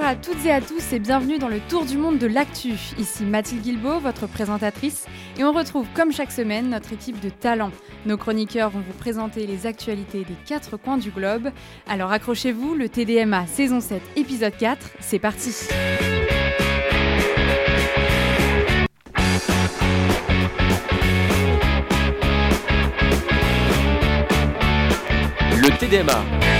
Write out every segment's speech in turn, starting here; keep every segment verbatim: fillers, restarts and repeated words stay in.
à toutes et à tous et bienvenue dans le Tour du monde de l'actu. Ici Mathilde Guilbeault, votre présentatrice, et on retrouve comme chaque semaine notre équipe de talents. Nos chroniqueurs vont vous présenter les actualités des quatre coins du globe. Alors accrochez-vous, le T D M A saison sept épisode quatre, c'est parti. Le T D M A.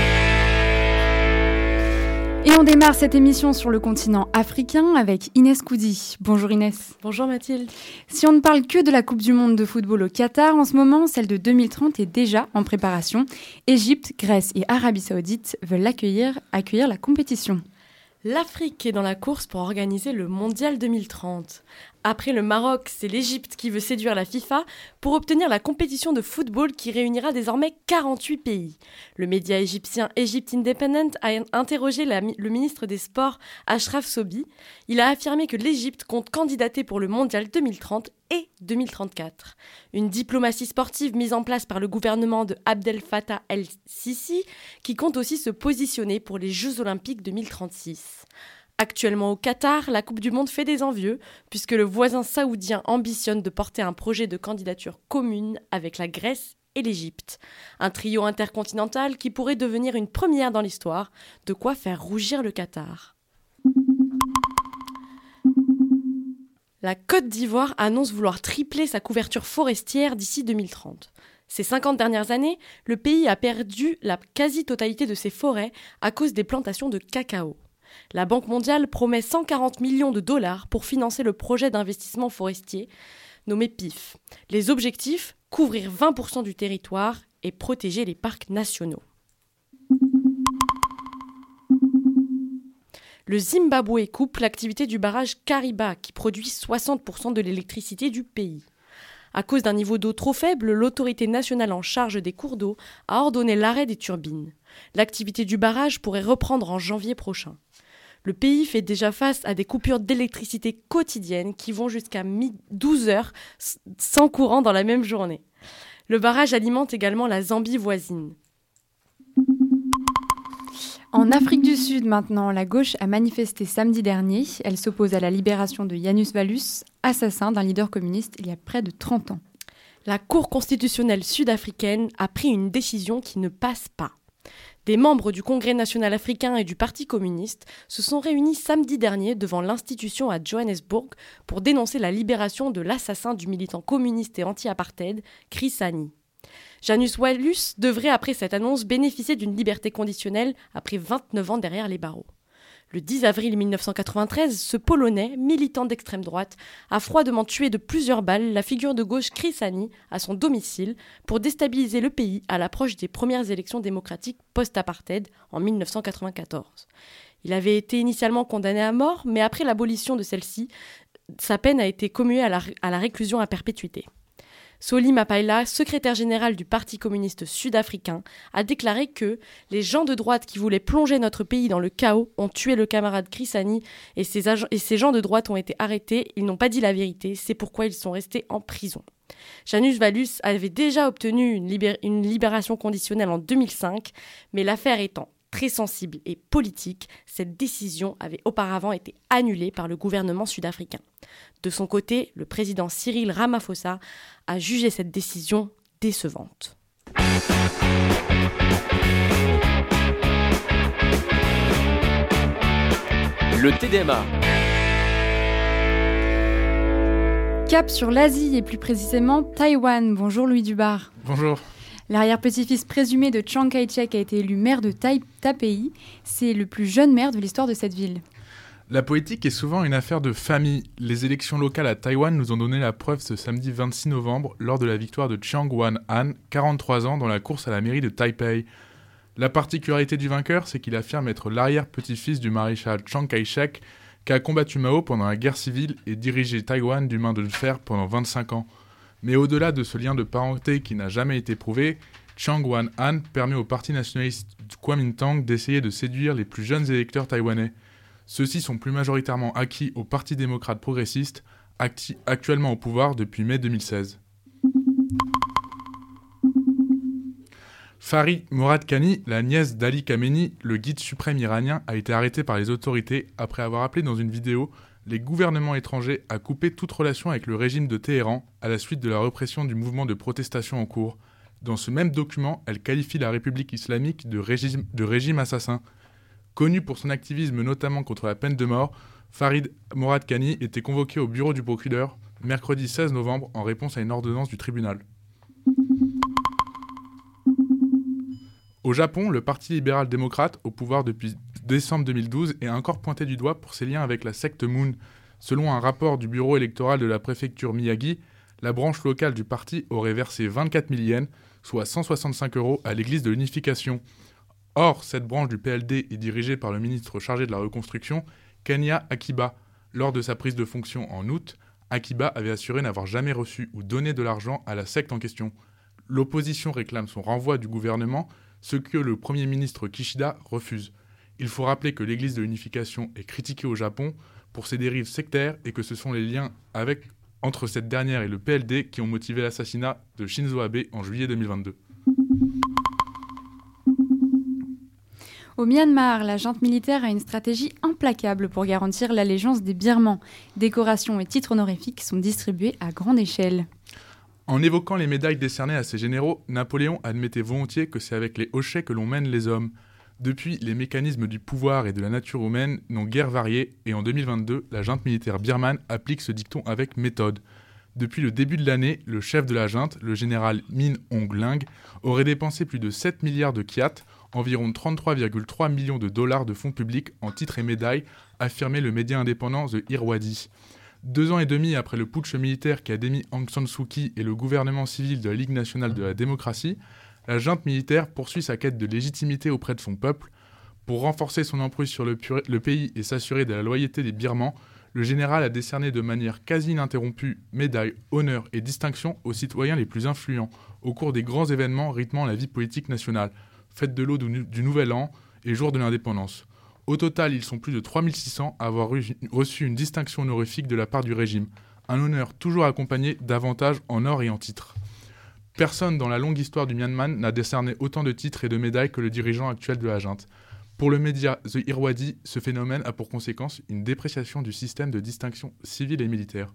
Et on démarre cette émission sur le continent africain avec Inès Coudi. Bonjour Inès. Bonjour Mathilde. Si on ne parle que de la Coupe du monde de football au Qatar, en ce moment, celle de deux mille trente est déjà en préparation. Égypte, Grèce et Arabie Saoudite veulent accueillir, accueillir la compétition. L'Afrique est dans la course pour organiser le Mondial deux mille trente. Après le Maroc, c'est l'Égypte qui veut séduire la FIFA pour obtenir la compétition de football qui réunira désormais quarante-huit pays. Le média égyptien Egypt Independent a interrogé la, le ministre des Sports Achraf Sobi. Il a affirmé que l'Égypte compte candidater pour le Mondial deux mille trente et deux mille trente-quatre. Une diplomatie sportive mise en place par le gouvernement de Abdel Fattah el-Sisi qui compte aussi se positionner pour les Jeux Olympiques deux mille trente-six. Actuellement au Qatar, la Coupe du Monde fait des envieux puisque le voisin saoudien ambitionne de porter un projet de candidature commune avec la Grèce et l'Égypte. Un trio intercontinental qui pourrait devenir une première dans l'histoire, de quoi faire rougir le Qatar. La Côte d'Ivoire annonce vouloir tripler sa couverture forestière d'ici deux mille trente. Ces cinquante dernières années, le pays a perdu la quasi-totalité de ses forêts à cause des plantations de cacao. La Banque mondiale promet cent quarante millions de dollars pour financer le projet d'investissement forestier nommé P I F. Les objectifs, couvrir vingt pour cent du territoire et protéger les parcs nationaux. Le Zimbabwe coupe l'activité du barrage Kariba qui produit soixante pour cent de l'électricité du pays. À cause d'un niveau d'eau trop faible, l'autorité nationale en charge des cours d'eau a ordonné l'arrêt des turbines. L'activité du barrage pourrait reprendre en janvier prochain. Le pays fait déjà face à des coupures d'électricité quotidiennes qui vont jusqu'à douze heures sans courant dans la même journée. Le barrage alimente également la Zambie voisine. En Afrique du Sud maintenant, la gauche a manifesté samedi dernier. Elle s'oppose à la libération de Janus Vallus, assassin d'un leader communiste il y a près de trente ans. La Cour constitutionnelle sud-africaine a pris une décision qui ne passe pas. Des membres du Congrès national africain et du Parti communiste se sont réunis samedi dernier devant l'institution à Johannesburg pour dénoncer la libération de l'assassin du militant communiste et anti-apartheid, Chris Hani. Janus Vallus devrait, après cette annonce, bénéficier d'une liberté conditionnelle après vingt-neuf ans derrière les barreaux. Le dix avril mille neuf cent quatre-vingt-treize, ce Polonais, militant d'extrême droite, a froidement tué de plusieurs balles la figure de gauche Chris Hani à son domicile pour déstabiliser le pays à l'approche des premières élections démocratiques post-apartheid en mille neuf cent quatre-vingt-quatorze. Il avait été initialement condamné à mort, mais après l'abolition de celle-ci, sa peine a été commuée à la, à la réclusion à perpétuité. Solly Mapaila, secrétaire général du Parti communiste sud-africain, a déclaré que les gens de droite qui voulaient plonger notre pays dans le chaos ont tué le camarade Chris Hani et ces, ag- et ces gens de droite ont été arrêtés. Ils n'ont pas dit la vérité, c'est pourquoi ils sont restés en prison. Janus Vallus avait déjà obtenu une, libér- une libération conditionnelle en deux mille cinq, mais l'affaire étant très sensible et politique, cette décision avait auparavant été annulée par le gouvernement sud-africain. De son côté, le président Cyril Ramaphosa a jugé cette décision décevante. Le T D M A. Cap sur l'Asie et plus précisément Taïwan. Bonjour Louis Dubar. Bonjour. L'arrière-petit-fils présumé de Chiang Kai-shek a été élu maire de Tai- Taipei. C'est le plus jeune maire de l'histoire de cette ville. La politique est souvent une affaire de famille. Les élections locales à Taïwan nous ont donné la preuve ce samedi vingt-six novembre lors de la victoire de Chiang Wan-han, quarante-trois ans, dans la course à la mairie de Taipei. La particularité du vainqueur, c'est qu'il affirme être l'arrière-petit-fils du maréchal Chiang Kai-shek qui a combattu Mao pendant la guerre civile et dirigé Taïwan du main de fer pendant vingt-cinq ans. Mais au-delà de ce lien de parenté qui n'a jamais été prouvé, Chiang Wan-han permet au parti nationaliste du Kuomintang d'essayer de séduire les plus jeunes électeurs taïwanais. Ceux-ci sont plus majoritairement acquis au Parti démocrate progressiste, acti- actuellement au pouvoir depuis mai deux mille seize. Farid Moradkhani, la nièce d'Ali Khamenei, le guide suprême iranien, a été arrêtée par les autorités après avoir appelé dans une vidéo les gouvernements étrangers à couper toute relation avec le régime de Téhéran à la suite de la répression du mouvement de protestation en cours. Dans ce même document, elle qualifie la République islamique de régime, de régime assassin. Connu pour son activisme notamment contre la peine de mort, Farid Moradkhani était convoqué au bureau du procureur mercredi seize novembre en réponse à une ordonnance du tribunal. Au Japon, le Parti libéral-démocrate, au pouvoir depuis décembre deux mille douze, est encore pointé du doigt pour ses liens avec la secte Moon. Selon un rapport du bureau électoral de la préfecture Miyagi, la branche locale du parti aurait versé vingt-quatre mille yens, soit cent soixante-cinq euros, à l'église de l'unification. Or, cette branche du P L D est dirigée par le ministre chargé de la reconstruction, Kenya Akiba. Lors de sa prise de fonction en août, Akiba avait assuré n'avoir jamais reçu ou donné de l'argent à la secte en question. L'opposition réclame son renvoi du gouvernement, ce que le Premier ministre Kishida refuse. Il faut rappeler que l'Église de l'unification est critiquée au Japon pour ses dérives sectaires et que ce sont les liens avec, entre cette dernière et le P L D qui ont motivé l'assassinat de Shinzo Abe en juillet deux mille vingt-deux. Au Myanmar, la junte militaire a une stratégie implacable pour garantir l'allégeance des Birmans. Décorations et titres honorifiques sont distribués à grande échelle. En évoquant les médailles décernées à ses généraux, Napoléon admettait volontiers que c'est avec les hochets que l'on mène les hommes. Depuis, les mécanismes du pouvoir et de la nature humaine n'ont guère varié, et en deux mille vingt-deux, la junte militaire birmane applique ce dicton avec méthode. Depuis le début de l'année, le chef de la junte, le général Min Aung Hlaing, aurait dépensé plus de sept milliards de kyats, environ trente-trois virgule trois millions de dollars de fonds publics en titres et médailles, affirmait le média indépendant The Irrawaddy. Deux ans et demi après le putsch militaire qui a démis Aung San Suu Kyi et le gouvernement civil de la Ligue nationale de la démocratie, la junte militaire poursuit sa quête de légitimité auprès de son peuple. Pour renforcer son emprise sur le, pur- le pays et s'assurer de la loyauté des Birmans, le général a décerné de manière quasi ininterrompue médailles, honneurs et distinctions aux citoyens les plus influents au cours des grands événements rythmant la vie politique nationale, fête de l'eau du, du Nouvel An et jour de l'indépendance. Au total, ils sont plus de trois mille six cents à avoir reçu une distinction honorifique de la part du régime, un honneur toujours accompagné d'avantages en or et en titres. Personne dans la longue histoire du Myanmar n'a décerné autant de titres et de médailles que le dirigeant actuel de la junte. Pour le média The Irrawaddy, ce phénomène a pour conséquence une dépréciation du système de distinction civile et militaire.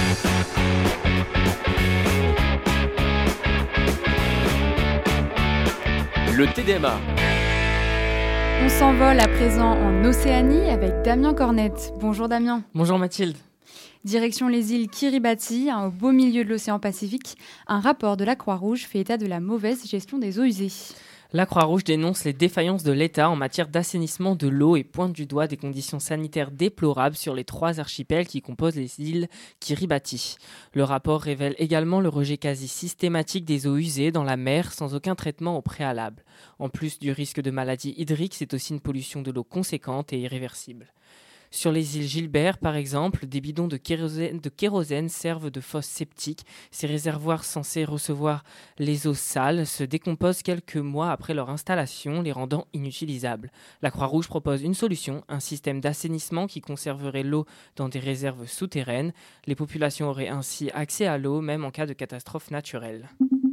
Le T D M A. On s'envole à présent en Océanie avec Damien Cornette. Bonjour Damien. Bonjour Mathilde. Direction les îles Kiribati, hein, au beau milieu de l'océan Pacifique, un rapport de la Croix-Rouge fait état de la mauvaise gestion des eaux usées. La Croix-Rouge dénonce les défaillances de l'État en matière d'assainissement de l'eau et pointe du doigt des conditions sanitaires déplorables sur les trois archipels qui composent les îles Kiribati. Le rapport révèle également le rejet quasi systématique des eaux usées dans la mer sans aucun traitement au préalable. En plus du risque de maladie hydrique, c'est aussi une pollution de l'eau conséquente et irréversible. Sur les îles Gilbert, par exemple, des bidons de kérosène, de kérosène servent de fosses septiques. Ces réservoirs censés recevoir les eaux sales se décomposent quelques mois après leur installation, les rendant inutilisables. La Croix-Rouge propose une solution, un système d'assainissement qui conserverait l'eau dans des réserves souterraines. Les populations auraient ainsi accès à l'eau, même en cas de catastrophe naturelle.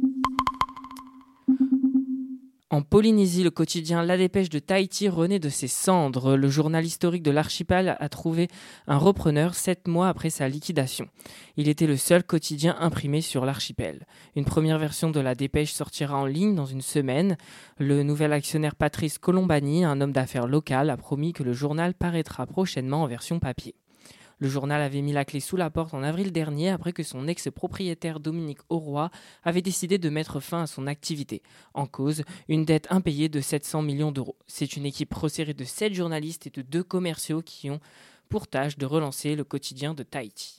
En Polynésie, le quotidien La Dépêche de Tahiti renaît de ses cendres. Le journal historique de l'archipel a trouvé un repreneur sept mois après sa liquidation. Il était le seul quotidien imprimé sur l'archipel. Une première version de La Dépêche sortira en ligne dans une semaine. Le nouvel actionnaire Patrice Colombani, un homme d'affaires local, a promis que le journal paraîtra prochainement en version papier. Le journal avait mis la clé sous la porte en avril dernier après que son ex-propriétaire Dominique Auroy avait décidé de mettre fin à son activité. En cause, une dette impayée de sept cents millions d'euros. C'est une équipe resserrée de sept journalistes et de deux commerciaux qui ont pour tâche de relancer le quotidien de Tahiti.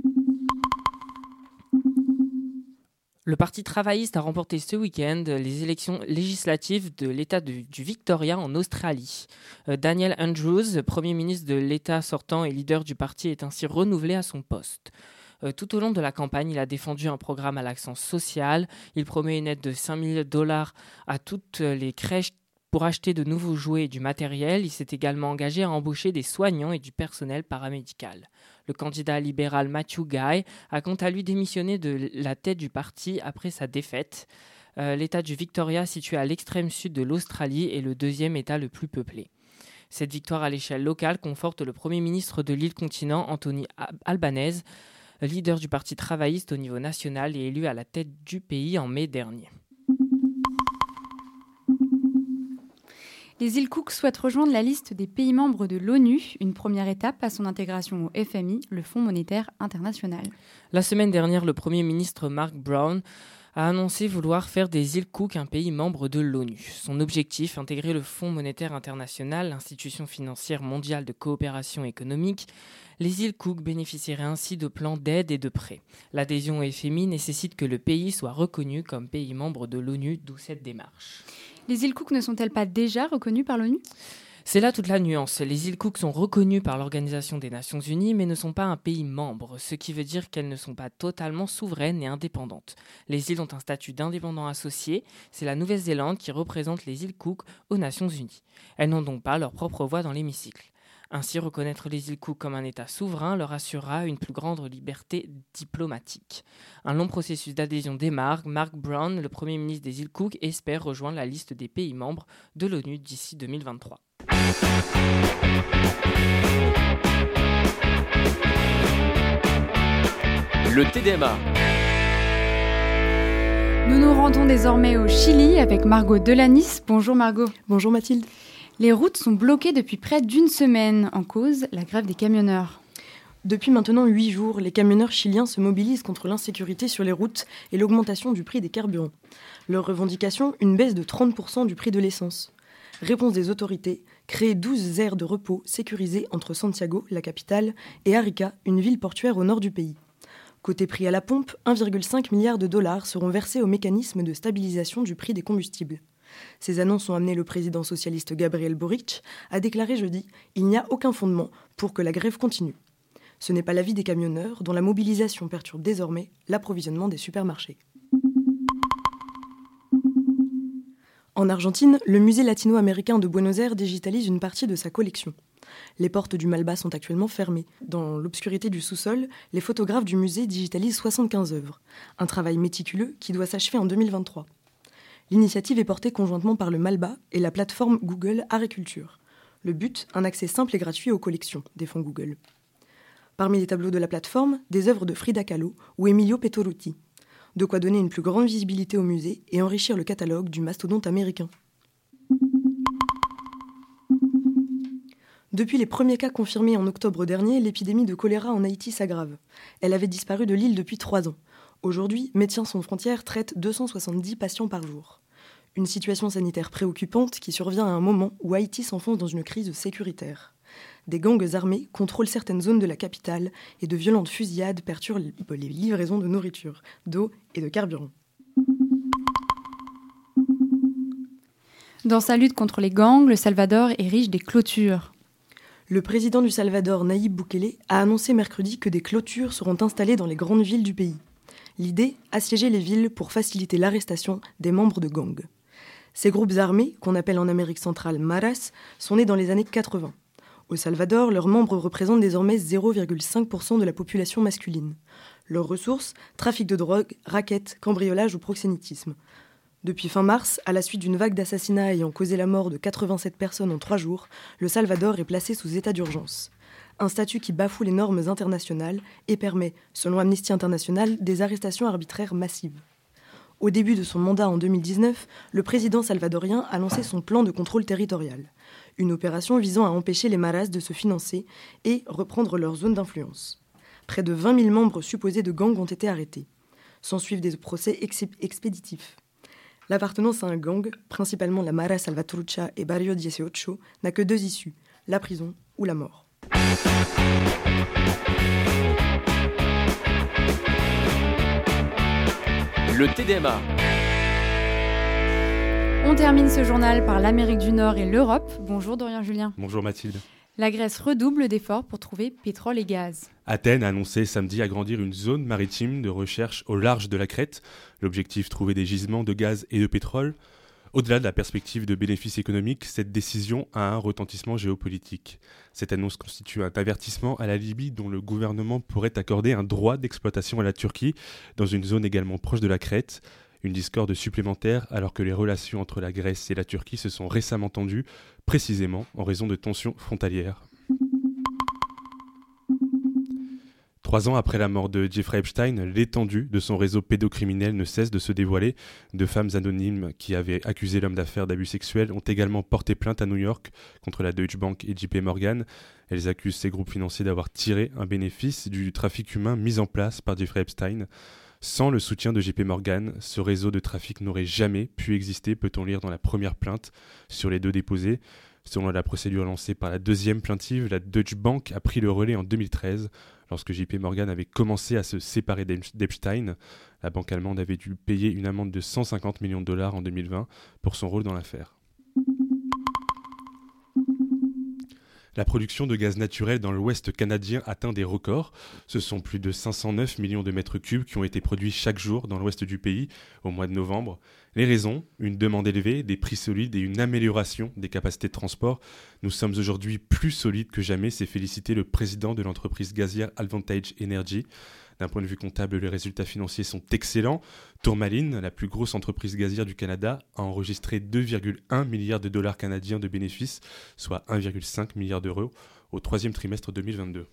Le Parti travailliste a remporté ce week-end les élections législatives de l'État de, du Victoria en Australie. Euh, Daniel Andrews, Premier ministre de l'État sortant et leader du parti, est ainsi renouvelé à son poste. Euh, tout au long de la campagne, il a défendu un programme à l'accent social. Il promet une aide de cinq mille dollars à toutes les crèches pour acheter de nouveaux jouets et du matériel. Il s'est également engagé à embaucher des soignants et du personnel paramédical. Le candidat libéral Matthew Guy a quant à lui démissionné de la tête du parti après sa défaite. Euh, L'État du Victoria, situé à l'extrême sud de l'Australie, est le deuxième État le plus peuplé. Cette victoire à l'échelle locale conforte le Premier ministre de l'île continent, Anthony Albanese, leader du Parti travailliste au niveau national et élu à la tête du pays en mai dernier. Les îles Cook souhaitent rejoindre la liste des pays membres de l'ONU, une première étape à son intégration au F M I, le Fonds monétaire international. La semaine dernière, le Premier ministre Mark Brown a annoncé vouloir faire des îles Cook un pays membre de l'ONU. Son objectif, intégrer le Fonds monétaire international, l'institution financière mondiale de coopération économique. Les îles Cook bénéficieraient ainsi de plans d'aide et de prêts. L'adhésion au F M I nécessite que le pays soit reconnu comme pays membre de l'ONU, d'où cette démarche. Les îles Cook ne sont-elles pas déjà reconnues par l'ONU ? C'est là toute la nuance. Les îles Cook sont reconnues par l'Organisation des Nations Unies, mais ne sont pas un pays membre, ce qui veut dire qu'elles ne sont pas totalement souveraines et indépendantes. Les îles ont un statut d'indépendant associé. C'est la Nouvelle-Zélande qui représente les îles Cook aux Nations Unies. Elles n'ont donc pas leur propre voix dans l'hémicycle. Ainsi, reconnaître les îles Cook comme un État souverain leur assurera une plus grande liberté diplomatique. Un long processus d'adhésion démarre. Mark Brown, le Premier ministre des îles Cook, espère rejoindre la liste des pays membres de l'ONU d'ici deux mille vingt-trois. Le T D M A. Nous nous rendons désormais au Chili avec Margot Delanis. Bonjour Margot. Bonjour Mathilde. Les routes sont bloquées depuis près d'une semaine, en cause la grève des camionneurs. Depuis maintenant huit jours, les camionneurs chiliens se mobilisent contre l'insécurité sur les routes et l'augmentation du prix des carburants. Leur revendication, une baisse de trente pour cent du prix de l'essence. Réponse des autorités, créer douze aires de repos sécurisées entre Santiago, la capitale, et Arica, une ville portuaire au nord du pays. Côté prix à la pompe, un virgule cinq milliard de dollars seront versés au mécanisme de stabilisation du prix des combustibles. Ces annonces ont amené le président socialiste Gabriel Boric à déclarer jeudi « Il n'y a aucun fondement pour que la grève continue ». Ce n'est pas l'avis des camionneurs, dont la mobilisation perturbe désormais l'approvisionnement des supermarchés. En Argentine, le musée latino-américain de Buenos Aires digitalise une partie de sa collection. Les portes du Malba sont actuellement fermées. Dans l'obscurité du sous-sol, les photographes du musée digitalisent soixante-quinze œuvres. Un travail méticuleux qui doit s'achever en deux mille vingt-trois. L'initiative est portée conjointement par le Malba et la plateforme Google Agriculture. Le but, un accès simple et gratuit aux collections, défend Google. Parmi les tableaux de la plateforme, des œuvres de Frida Kahlo ou Emilio Pettoruti. De quoi donner une plus grande visibilité au musée et enrichir le catalogue du mastodonte américain. Depuis les premiers cas confirmés en octobre dernier, l'épidémie de choléra en Haïti s'aggrave. Elle avait disparu de l'île depuis trois ans. Aujourd'hui, Médecins sans frontières traite deux cent soixante-dix patients par jour. Une situation sanitaire préoccupante qui survient à un moment où Haïti s'enfonce dans une crise sécuritaire. Des gangs armés contrôlent certaines zones de la capitale et de violentes fusillades perturbent les livraisons de nourriture, d'eau et de carburant. Dans sa lutte contre les gangs, le Salvador érige des clôtures. Le président du Salvador, Nayib Bukele, a annoncé mercredi que des clôtures seront installées dans les grandes villes du pays. L'idée, assiéger les villes pour faciliter l'arrestation des membres de gangs. Ces groupes armés, qu'on appelle en Amérique centrale maras, sont nés dans les années quatre-vingts. Au Salvador, leurs membres représentent désormais zéro virgule cinq pour cent de la population masculine. Leurs ressources, trafic de drogue, raquettes, cambriolage ou proxénétisme. Depuis fin mars, à la suite d'une vague d'assassinats ayant causé la mort de quatre-vingt-sept personnes en trois jours, le Salvador est placé sous état d'urgence. Un statut qui bafoue les normes internationales et permet, selon Amnesty International, des arrestations arbitraires massives. Au début de son mandat en deux mille dix-neuf, le président salvadorien a lancé son plan de contrôle territorial, une opération visant à empêcher les maras de se financer et reprendre leur zone d'influence. Près de vingt mille membres supposés de gangs ont été arrêtés. S'ensuivent des procès ex- expéditifs. L'appartenance à un gang, principalement la Mara Salvatrucha et Barrio dix-huit, n'a que deux issues, la prison ou la mort. Le T D M A. On termine ce journal par l'Amérique du Nord et l'Europe. Bonjour Dorian Julien. Bonjour Mathilde. La Grèce redouble d'efforts pour trouver pétrole et gaz. Athènes a annoncé samedi agrandir une zone maritime de recherche au large de la Crète. L'objectif, trouver des gisements de gaz et de pétrole. Au-delà de la perspective de bénéfices économiques, cette décision a un retentissement géopolitique. Cette annonce constitue un avertissement à la Libye dont le gouvernement pourrait accorder un droit d'exploitation à la Turquie dans une zone également proche de la Crète. Une discorde supplémentaire alors que les relations entre la Grèce et la Turquie se sont récemment tendues, précisément en raison de tensions frontalières. Trois ans après la mort de Jeffrey Epstein, l'étendue de son réseau pédocriminel ne cesse de se dévoiler. Deux femmes anonymes qui avaient accusé l'homme d'affaires d'abus sexuels ont également porté plainte à New York contre la Deutsche Bank et J P Morgan. Elles accusent ces groupes financiers d'avoir tiré un bénéfice du trafic humain mis en place par Jeffrey Epstein. Sans le soutien de J P Morgan, ce réseau de trafic n'aurait jamais pu exister, peut-on lire dans la première plainte sur les deux déposées. Selon la procédure lancée par la deuxième plaintive, la Deutsche Bank a pris le relais en deux mille treize, lorsque J P Morgan avait commencé à se séparer d'Epstein. La banque allemande avait dû payer une amende de cent cinquante millions de dollars en deux mille vingt pour son rôle dans l'affaire. La production de gaz naturel dans l'ouest canadien atteint des records. Ce sont plus de cinq cent neuf millions de mètres cubes qui ont été produits chaque jour dans l'ouest du pays au mois de novembre. Les raisons, une demande élevée, des prix solides et une amélioration des capacités de transport. Nous sommes aujourd'hui plus solides que jamais, s'est félicité le président de l'entreprise gazière Advantage Energy. D'un point de vue comptable, les résultats financiers sont excellents. Tourmaline, la plus grosse entreprise gazière du Canada, a enregistré deux virgule un milliards de dollars canadiens de bénéfices, soit un virgule cinq milliard d'euros, au troisième trimestre deux mille vingt-deux.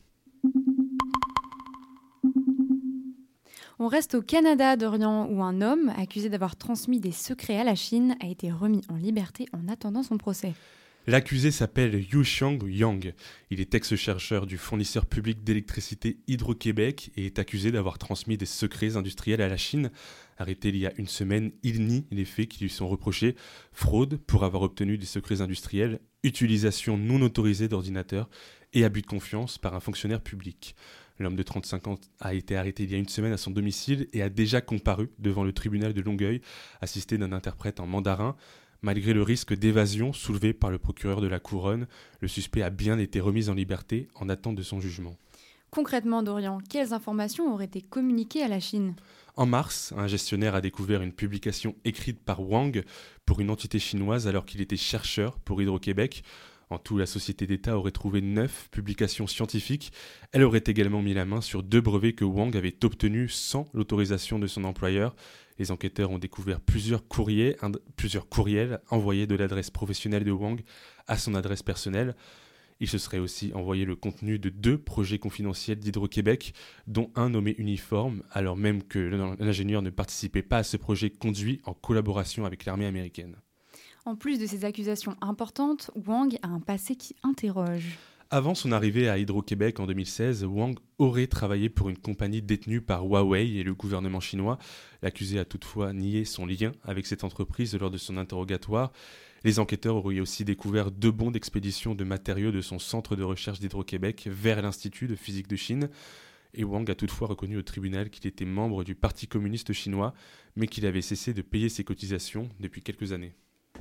On reste au Canada d'Orient où un homme accusé d'avoir transmis des secrets à la Chine a été remis en liberté en attendant son procès. L'accusé s'appelle Yuxiang Yang. Il est ex-chercheur du fournisseur public d'électricité Hydro-Québec et est accusé d'avoir transmis des secrets industriels à la Chine. Arrêté il y a une semaine, il nie les faits qui lui sont reprochés. Fraude pour avoir obtenu des secrets industriels, utilisation non autorisée d'ordinateurs et abus de confiance par un fonctionnaire public. L'homme de trente-cinq ans a été arrêté il y a une semaine à son domicile et a déjà comparu devant le tribunal de Longueuil, assisté d'un interprète en mandarin. Malgré le risque d'évasion soulevé par le procureur de la Couronne, le suspect a bien été remis en liberté en attente de son jugement. Concrètement, Dorian, quelles informations auraient été communiquées à la Chine ? En mars, un gestionnaire a découvert une publication écrite par Wang pour une entité chinoise alors qu'il était chercheur pour Hydro-Québec. En tout, la société d'État aurait trouvé neuf publications scientifiques. Elle aurait également mis la main sur deux brevets que Wang avait obtenus sans l'autorisation de son employeur. Les enquêteurs ont découvert plusieurs courriers, ind- plusieurs courriels envoyés de l'adresse professionnelle de Wang à son adresse personnelle. Il se serait aussi envoyé le contenu de deux projets confidentiels d'Hydro-Québec, dont un nommé Uniforme, alors même que l'ingénieur ne participait pas à ce projet conduit en collaboration avec l'armée américaine. En plus de ces accusations importantes, Wang a un passé qui interroge. Avant son arrivée à Hydro-Québec en deux mille seize, Wang aurait travaillé pour une compagnie détenue par Huawei et le gouvernement chinois. L'accusé a toutefois nié son lien avec cette entreprise lors de son interrogatoire. Les enquêteurs auraient aussi découvert deux bons d'expédition de matériaux de son centre de recherche d'Hydro-Québec vers l'Institut de physique de Chine. Et Wang a toutefois reconnu au tribunal qu'il était membre du Parti communiste chinois, mais qu'il avait cessé de payer ses cotisations depuis quelques années.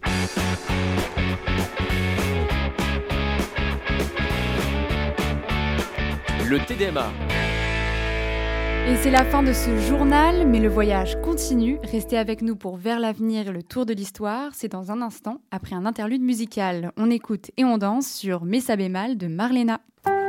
Le T D M A. Et c'est la fin de ce journal, mais le voyage continue. Restez avec nous pour Vers l'avenir et le tour de l'histoire. C'est dans un instant, après un interlude musical. On écoute et on danse sur Messa Bémal de Marlena.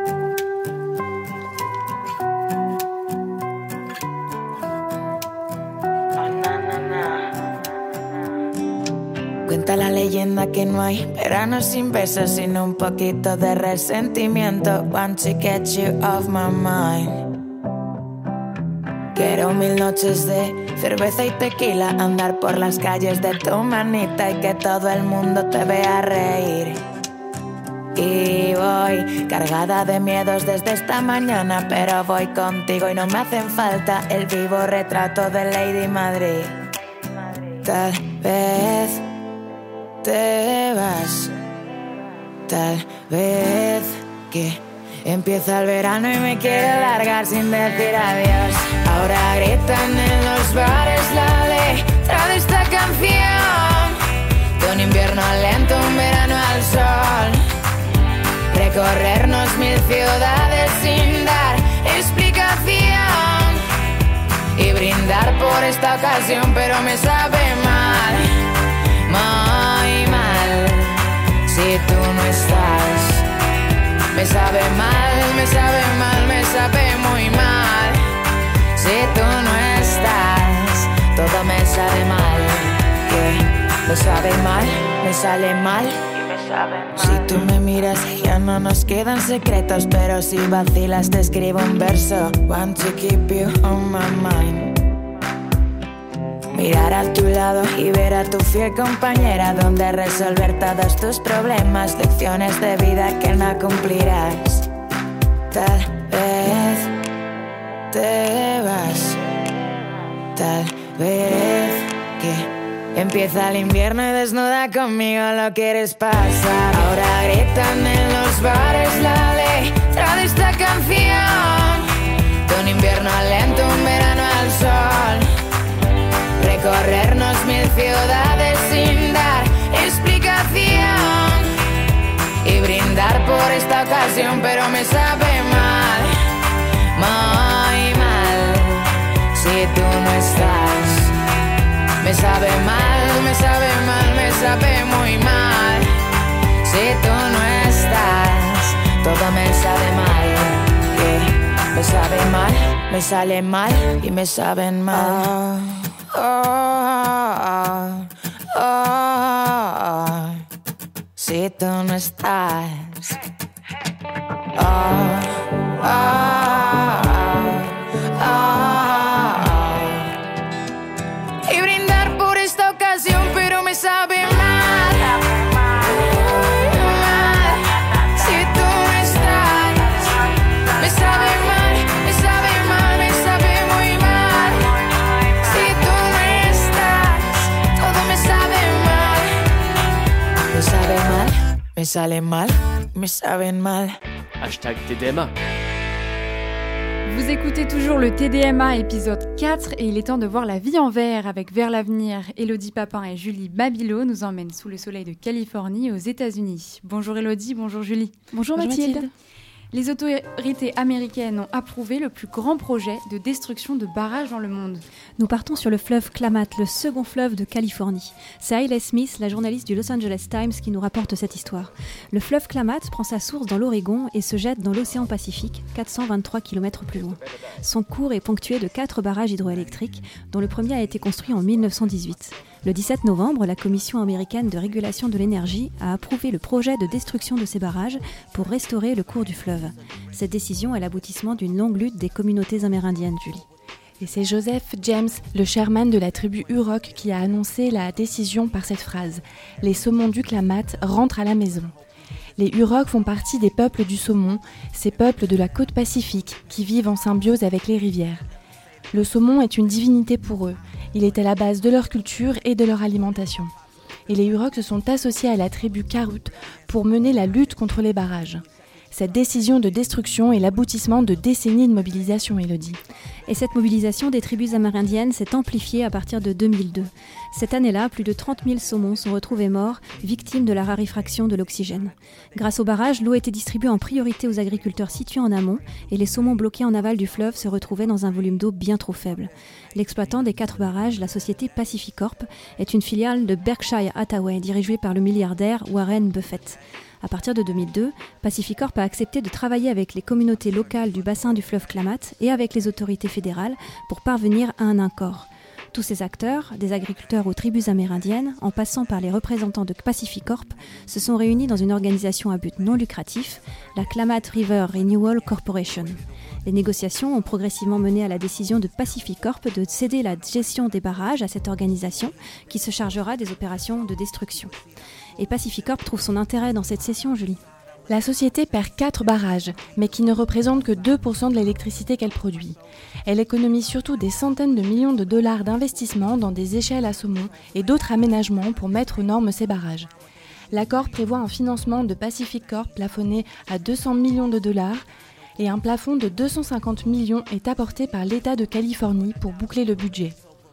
Cuenta la leyenda que no hay verano sin besos, sino un poquito de resentimiento. Want to get you off my mind. Quiero mil noches de cerveza y tequila, andar por las calles de tu manita y que todo el mundo te vea reír. Y voy cargada de miedos desde esta mañana, pero voy contigo y no me hacen falta el vivo retrato de Lady Madrid. Tal vez te vas, tal vez que empieza el verano y me quiero largar sin decir adiós. Ahora gritan en los bares la letra de esta canción, de un invierno lento, un verano al sol. Recorrernos mil ciudades sin dar explicación y brindar por esta ocasión, pero me sabe mal, muy mal, si tú no estás. Me sabe mal, me sabe mal, me sabe muy mal, si tú no estás. Todo me sabe mal, que me sabe mal, me sale mal. Si tú me miras ya no nos quedan secretos, pero si vacilas te escribo un verso. Want to keep you on my mind. Mirar a tu lado y ver a tu fiel compañera, donde resolver todos tus problemas, lecciones de vida que no cumplirás. Tal vez te vas, tal vez que empieza el invierno y desnuda conmigo lo quieres pasar. Ahora gritan en los bares la letra de esta canción, de un invierno lento, un verano al sol. Recorrernos mil ciudades sin dar explicación y brindar por esta ocasión, pero me sabe mal, muy mal, si tú no estás. Me sabe mal, me sabe mal, me sabe muy mal, si tú no estás. Todo me sabe mal, yeah. Me sabe mal, me sale mal y me saben mal. Oh, oh, oh, oh, si tú no estás. Oh, oh, oh, oh, oh. Y brindar por esta ocasión, pero me sabe mal. Me salen mal, me saben mal. Hashtag T D M A. Vous écoutez toujours le T D M A épisode quatre et il est temps de voir la vie en vert avec Vers l'avenir. Élodie Papin et Julie Babilo nous emmènent sous le soleil de Californie aux États-Unis. Bonjour Élodie, bonjour Julie. Bonjour, bonjour Mathilde. Mathilde. Les autorités américaines ont approuvé le plus grand projet de destruction de barrages dans le monde. Nous partons sur le fleuve Klamath, le second fleuve de Californie. C'est Hayley Smith, la journaliste du Los Angeles Times, qui nous rapporte cette histoire. Le fleuve Klamath prend sa source dans l'Oregon et se jette dans l'océan Pacifique, quatre cent vingt-trois kilomètres plus loin. Son cours est ponctué de quatre barrages hydroélectriques, dont le premier a été construit en mille neuf cent dix-huit. Le dix-sept novembre, la Commission américaine de régulation de l'énergie a approuvé le projet de destruction de ces barrages pour restaurer le cours du fleuve. Cette décision est l'aboutissement d'une longue lutte des communautés amérindiennes, Julie. Et c'est Joseph James, le chairman de la tribu Yurok, qui a annoncé la décision par cette phrase « Les saumons du Klamath rentrent à la maison ». Les Yurok font partie des peuples du saumon, ces peuples de la côte pacifique qui vivent en symbiose avec les rivières. Le saumon est une divinité pour eux. Il est à la base de leur culture et de leur alimentation. Et les Yurok se sont associés à la tribu Karut pour mener la lutte contre les barrages. Cette décision de destruction est l'aboutissement de décennies de mobilisation, Élodie. Et cette mobilisation des tribus amérindiennes s'est amplifiée à partir de deux mille deux. Cette année-là, plus de trente mille saumons sont retrouvés morts, victimes de la raréfaction de l'oxygène. Grâce au barrage, l'eau était distribuée en priorité aux agriculteurs situés en amont et les saumons bloqués en aval du fleuve se retrouvaient dans un volume d'eau bien trop faible. L'exploitant des quatre barrages, la société Pacificorp, est une filiale de Berkshire Hathaway dirigée par le milliardaire Warren Buffett. À partir de deux mille deux, Pacificorp a accepté de travailler avec les communautés locales du bassin du fleuve Klamath et avec les autorités fédérales pour parvenir à un accord. Tous ces acteurs, des agriculteurs aux tribus amérindiennes, en passant par les représentants de Pacificorp, se sont réunis dans une organisation à but non lucratif, la Klamath River Renewal Corporation. Les négociations ont progressivement mené à la décision de Pacificorp de céder la gestion des barrages à cette organisation qui se chargera des opérations de destruction. Et Pacificorp trouve son intérêt dans cette cession, Julie. La société perd quatre barrages, mais qui ne représentent que deux pour cent de l'électricité qu'elle produit. Elle économise surtout des centaines de millions de dollars d'investissement dans des échelles à saumon et d'autres aménagements pour mettre aux normes ces barrages. L'accord prévoit un financement de Pacificorp plafonné à deux cents millions de dollars et un plafond de deux cent cinquante millions est apporté par l'État de Californie pour boucler le budget.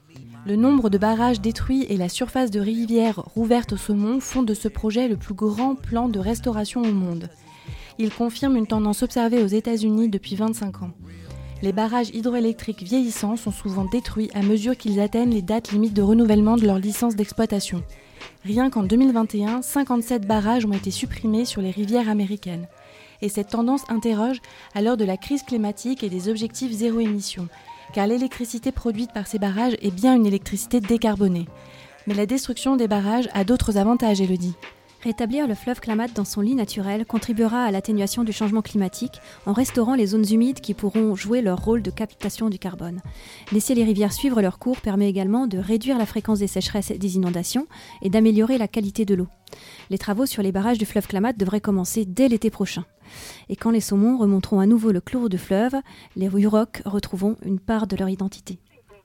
Le nombre de barrages détruits et la surface de rivières rouvertes au saumon font de ce projet le plus grand plan de restauration au monde. Il confirme une tendance observée aux États-Unis depuis vingt-cinq ans. Les barrages hydroélectriques vieillissants sont souvent détruits à mesure qu'ils atteignent les dates limites de renouvellement de leur licence d'exploitation. Rien qu'en deux mille vingt et un, cinquante-sept barrages ont été supprimés sur les rivières américaines. Et cette tendance interroge à l'heure de la crise climatique et des objectifs zéro émission. car l'électricité produite par ces barrages est bien une électricité décarbonée. Mais la destruction des barrages a d'autres avantages, Élodie. Rétablir le fleuve Klamath dans son lit naturel contribuera à l'atténuation du changement climatique en restaurant les zones humides qui pourront jouer leur rôle de captation du carbone. Laisser les rivières suivre leur cours permet également de réduire la fréquence des sécheresses et des inondations et d'améliorer la qualité de l'eau. Les travaux sur les barrages du fleuve Klamath devraient commencer dès l'été prochain. Et quand les saumons remonteront à nouveau le cours du fleuve, les Yurok retrouveront une part de leur identité.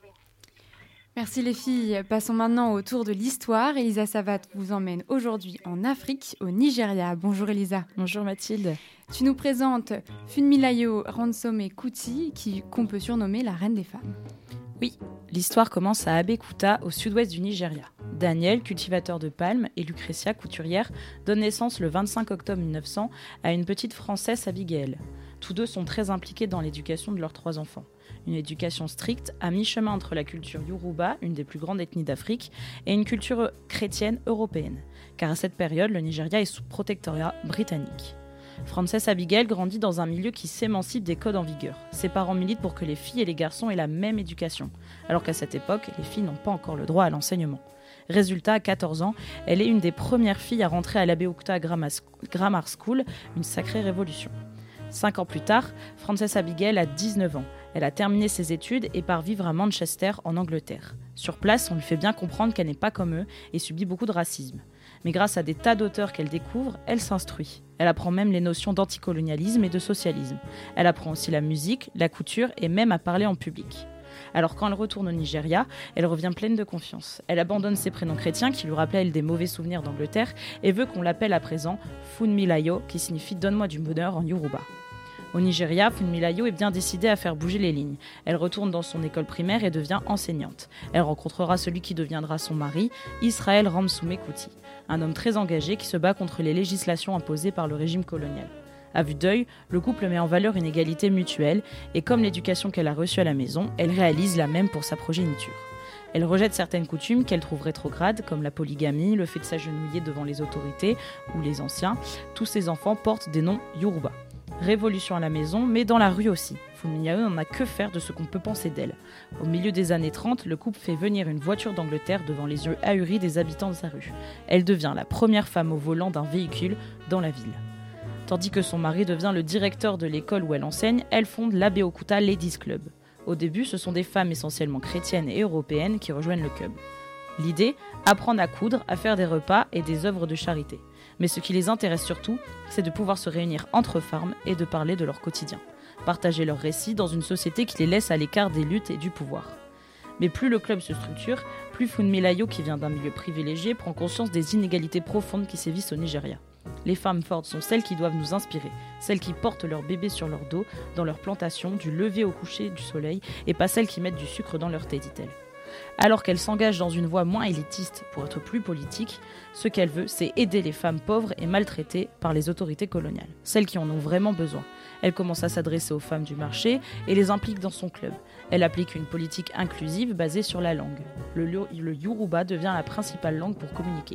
Merci les filles. Passons maintenant au tour de l'histoire. Elisa Savat vous emmène aujourd'hui en Afrique, au Nigeria. Bonjour Elisa. Bonjour Mathilde. Tu nous présentes Funmilayo Ransome Kuti, qui, qu'on peut surnommer la reine des femmes. Oui, l'histoire commence à Abeokuta, au sud-ouest du Nigeria. Daniel, cultivateur de palmes, et Lucretia, couturière, donnent naissance le vingt-cinq octobre mille neuf cents à une petite Française, Abigail. Tous deux sont très impliqués dans l'éducation de leurs trois enfants. Une éducation stricte, à mi-chemin entre la culture Yoruba, une des plus grandes ethnies d'Afrique, et une culture chrétienne européenne. Car à cette période, le Nigeria est sous protectorat britannique. Frances Abigail grandit dans un milieu qui s'émancipe des codes en vigueur. Ses parents militent pour que les filles et les garçons aient la même éducation, alors qu'à cette époque, les filles n'ont pas encore le droit à l'enseignement. Résultat, à quatorze ans, elle est une des premières filles à rentrer à l'Abeokuta Grammar School, une sacrée révolution. Cinq ans plus tard, Frances Abigail a dix-neuf ans. Elle a terminé ses études et part vivre à Manchester, en Angleterre. Sur place, on lui fait bien comprendre qu'elle n'est pas comme eux et subit beaucoup de racisme. Mais grâce à des tas d'auteurs qu'elle découvre, elle s'instruit. Elle apprend même les notions d'anticolonialisme et de socialisme. Elle apprend aussi la musique, la couture et même à parler en public. Alors quand elle retourne au Nigeria, elle revient pleine de confiance. Elle abandonne ses prénoms chrétiens qui lui rappelaient elle des mauvais souvenirs d'Angleterre et veut qu'on l'appelle à présent Funmilayo, qui signifie « donne-moi du bonheur » en Yoruba. Au Nigeria, Funmilayo est bien décidée à faire bouger les lignes. Elle retourne dans son école primaire et devient enseignante. Elle rencontrera celui qui deviendra son mari, Israel Ransome Kuti, un homme très engagé qui se bat contre les législations imposées par le régime colonial. À vue d'œil, le couple met en valeur une égalité mutuelle et comme l'éducation qu'elle a reçue à la maison, elle réalise la même pour sa progéniture. Elle rejette certaines coutumes qu'elle trouve rétrogrades, comme la polygamie, le fait de s'agenouiller devant les autorités ou les anciens. Tous ses enfants portent des noms Yoruba. Révolution à la maison, mais dans la rue aussi. Funmilayo n'en a que faire de ce qu'on peut penser d'elle. Au milieu des années trente, le couple fait venir une voiture d'Angleterre devant les yeux ahuris des habitants de sa rue. Elle devient la première femme au volant d'un véhicule dans la ville. Tandis que son mari devient le directeur de l'école où elle enseigne, elle fonde l'Abeokuta Ladies Club. Au début, ce sont des femmes essentiellement chrétiennes et européennes qui rejoignent le club. L'idée, apprendre à coudre, à faire des repas et des œuvres de charité. Mais ce qui les intéresse surtout, c'est de pouvoir se réunir entre femmes et de parler de leur quotidien. Partager leurs récits dans une société qui les laisse à l'écart des luttes et du pouvoir. Mais plus le club se structure, plus Funmilayo, qui vient d'un milieu privilégié, prend conscience des inégalités profondes qui sévissent au Nigeria. Les femmes fortes sont celles qui doivent nous inspirer, celles qui portent leur bébé sur leur dos, dans leur plantation, du lever au coucher du soleil, et pas celles qui mettent du sucre dans leur thé, dit-elle. Alors qu'elle s'engage dans une voie moins élitiste pour être plus politique, ce qu'elle veut, c'est aider les femmes pauvres et maltraitées par les autorités coloniales, celles qui en ont vraiment besoin. Elle commence à s'adresser aux femmes du marché et les implique dans son club. Elle applique une politique inclusive basée sur la langue. Le, le Yoruba devient la principale langue pour communiquer.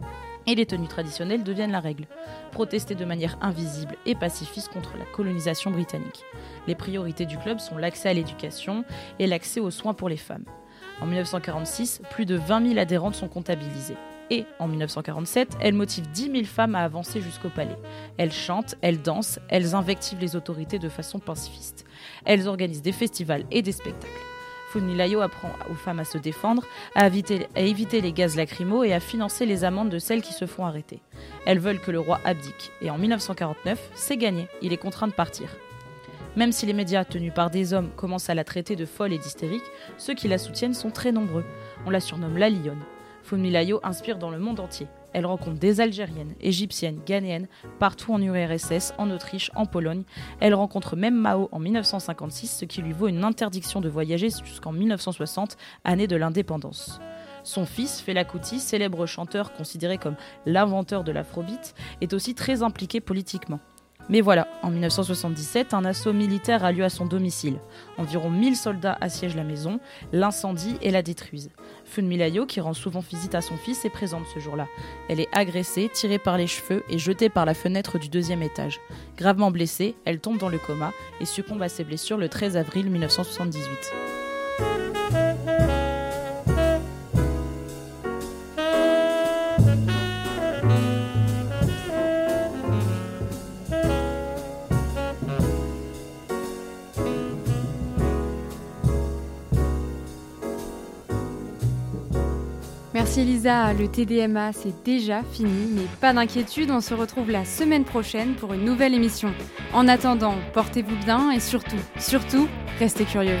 Et les tenues traditionnelles deviennent la règle. Protester de manière invisible et pacifiste contre la colonisation britannique. Les priorités du club sont l'accès à l'éducation et l'accès aux soins pour les femmes. En dix-neuf cent quarante-six, plus de vingt mille adhérentes sont comptabilisées. Et en dix-neuf cent quarante-sept, elle motive dix mille femmes à avancer jusqu'au palais. Elles chantent, elles dansent, elles invectivent les autorités de façon pacifiste. Elles organisent des festivals et des spectacles. Funmilayo apprend aux femmes à se défendre, à éviter, à éviter les gaz lacrymaux et à financer les amendes de celles qui se font arrêter. Elles veulent que le roi abdique. Et en dix-neuf cent quarante-neuf, c'est gagné. Il est contraint de partir. Même si les médias tenus par des hommes commencent à la traiter de folle et d'hystérique, ceux qui la soutiennent sont très nombreux. On la surnomme la lionne. Funmilayo inspire dans le monde entier. Elle rencontre des Algériennes, Égyptiennes, Ghanéennes, partout en U R S S, en Autriche, en Pologne. Elle rencontre même Mao en dix-neuf cent cinquante-six, ce qui lui vaut une interdiction de voyager jusqu'en dix-neuf cent soixante, année de l'indépendance. Son fils, Fela Kuti, célèbre chanteur considéré comme l'inventeur de l'afrobeat, est aussi très impliqué politiquement. Mais voilà, en dix-neuf cent soixante-dix-sept, un assaut militaire a lieu à son domicile. Environ mille soldats assiègent la maison, l'incendient et la détruisent. Fun Milayo, qui rend souvent visite à son fils, est présente ce jour-là. Elle est agressée, tirée par les cheveux et jetée par la fenêtre du deuxième étage. Gravement blessée, elle tombe dans le coma et succombe à ses blessures le treize avril mille neuf cent soixante-dix-huit. Merci Elisa, le T D M A c'est déjà fini, mais pas d'inquiétude, on se retrouve la semaine prochaine pour une nouvelle émission. En attendant, portez-vous bien et surtout, surtout, restez curieux.